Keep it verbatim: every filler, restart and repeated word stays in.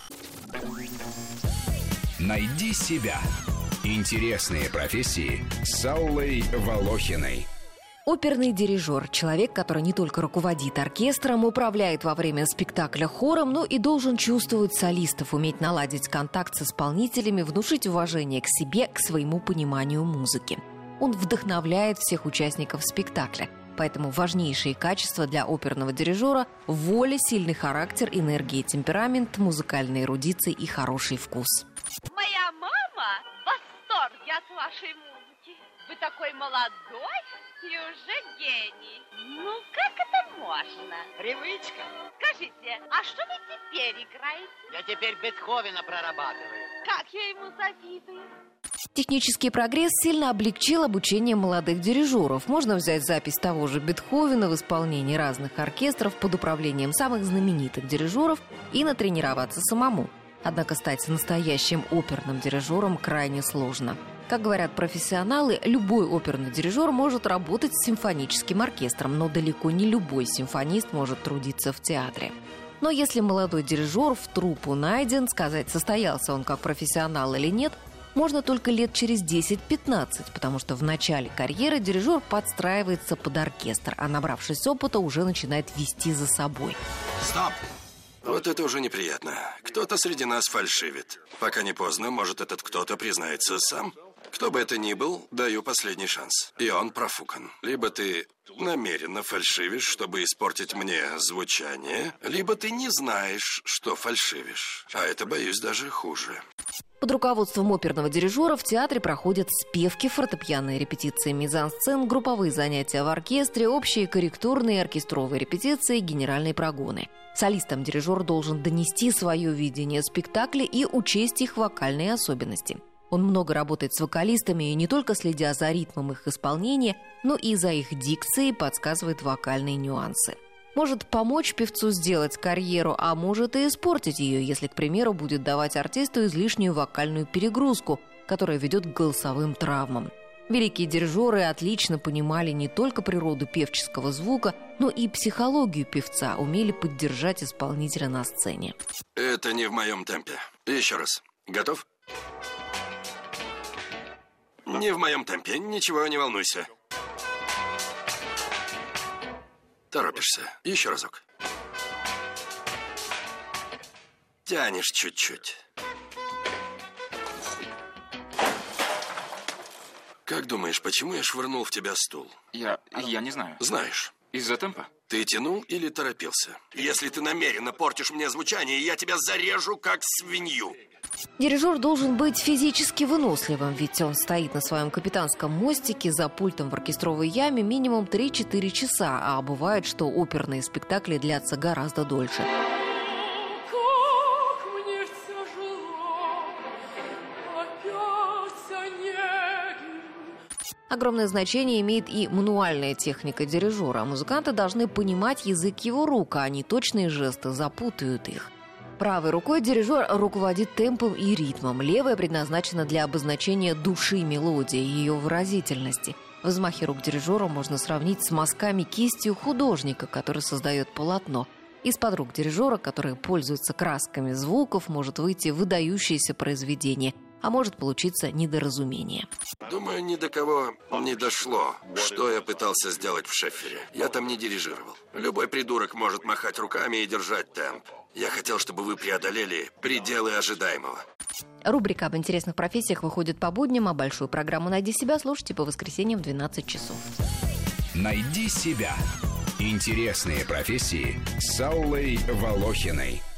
Найди себя. Интересные профессии с Аллой Волохиной. Оперный дирижер – человек, который не только руководит оркестром, управляет во время спектакля хором, но и должен чувствовать солистов, уметь наладить контакт с исполнителями, внушить уважение к себе, к своему пониманию музыки. Он вдохновляет всех участников спектакля. Поэтому важнейшие качества для оперного дирижера – воля, сильный характер, энергия и темперамент, музыкальная эрудиция и хороший вкус. Моя мама в восторге от вашей музыки. Вы такой молодой и уже гений. Ну, как это можно? Привычка. Скажите, а что вы теперь играете? Я теперь Бетховена прорабатываю. Как я ему завидую. Технический прогресс сильно облегчил обучение молодых дирижеров. Можно взять запись того же Бетховена в исполнении разных оркестров под управлением самых знаменитых дирижеров и натренироваться самому. Однако стать настоящим оперным дирижером крайне сложно. Как говорят профессионалы, любой оперный дирижер может работать с симфоническим оркестром, но далеко не любой симфонист может трудиться в театре. Но если молодой дирижер в труппу найден, сказать, состоялся он как профессионал или нет, можно только лет через десять-пятнадцать, потому что в начале карьеры дирижер подстраивается под оркестр, а набравшись опыта, уже начинает вести за собой. Стоп! Вот это уже неприятно. Кто-то среди нас фальшивит. Пока не поздно, может, этот кто-то признается сам. Кто бы это ни был, даю последний шанс. И он профукан. Либо ты намеренно фальшивишь, чтобы испортить мне звучание, либо ты не знаешь, что фальшивишь. А это, боюсь, даже хуже. Под руководством оперного дирижера в театре проходят спевки, фортепианные репетиции мизансцен, групповые занятия в оркестре, общие корректурные оркестровые репетиции, генеральные прогоны. Солистам дирижер должен донести свое видение спектакля и учесть их вокальные особенности. Он много работает с вокалистами и не только следя за ритмом их исполнения, но и за их дикцией подсказывает вокальные нюансы. Может помочь певцу сделать карьеру, а может и испортить ее, если, к примеру, будет давать артисту излишнюю вокальную перегрузку, которая ведет к голосовым травмам. Великие дирижеры отлично понимали не только природу певческого звука, но и психологию певца, умели поддержать исполнителя на сцене. Это не в моем темпе. Еще раз. Готов? Не в моем темпе. Ничего, не волнуйся. Торопишься. Еще разок. Тянешь чуть-чуть. Как думаешь, почему я швырнул в тебя стул? Я... я не знаю. Знаешь. Из-за темпа? Ты тянул или торопился? Если ты намеренно портишь мне звучание, я тебя зарежу, как свинью. Дирижер должен быть физически выносливым, ведь он стоит на своем капитанском мостике за пультом в оркестровой яме минимум три-четыре часа, а бывает, что оперные спектакли длятся гораздо дольше. Огромное значение имеет и мануальная техника дирижера. Музыканты должны понимать язык его рук, а неточные жесты запутают их. Правой рукой дирижер руководит темпом и ритмом. Левая предназначена для обозначения души мелодии, ее выразительности. Взмахи рук дирижера можно сравнить с мазками кистью художника, который создает полотно. Из-под рук дирижера, который пользуется красками звуков, может выйти выдающееся произведение, а может получиться недоразумение. Думаю, ни до кого не дошло, что я пытался сделать в Шеффере. Я там не дирижировал. Любой придурок может махать руками и держать темп. Я хотел, чтобы вы преодолели пределы ожидаемого. Рубрика об интересных профессиях выходит по будням, а большую программу «Найди себя» слушайте по воскресеньям в двенадцать часов. «Найди себя». Интересные профессии с Аллой Волохиной.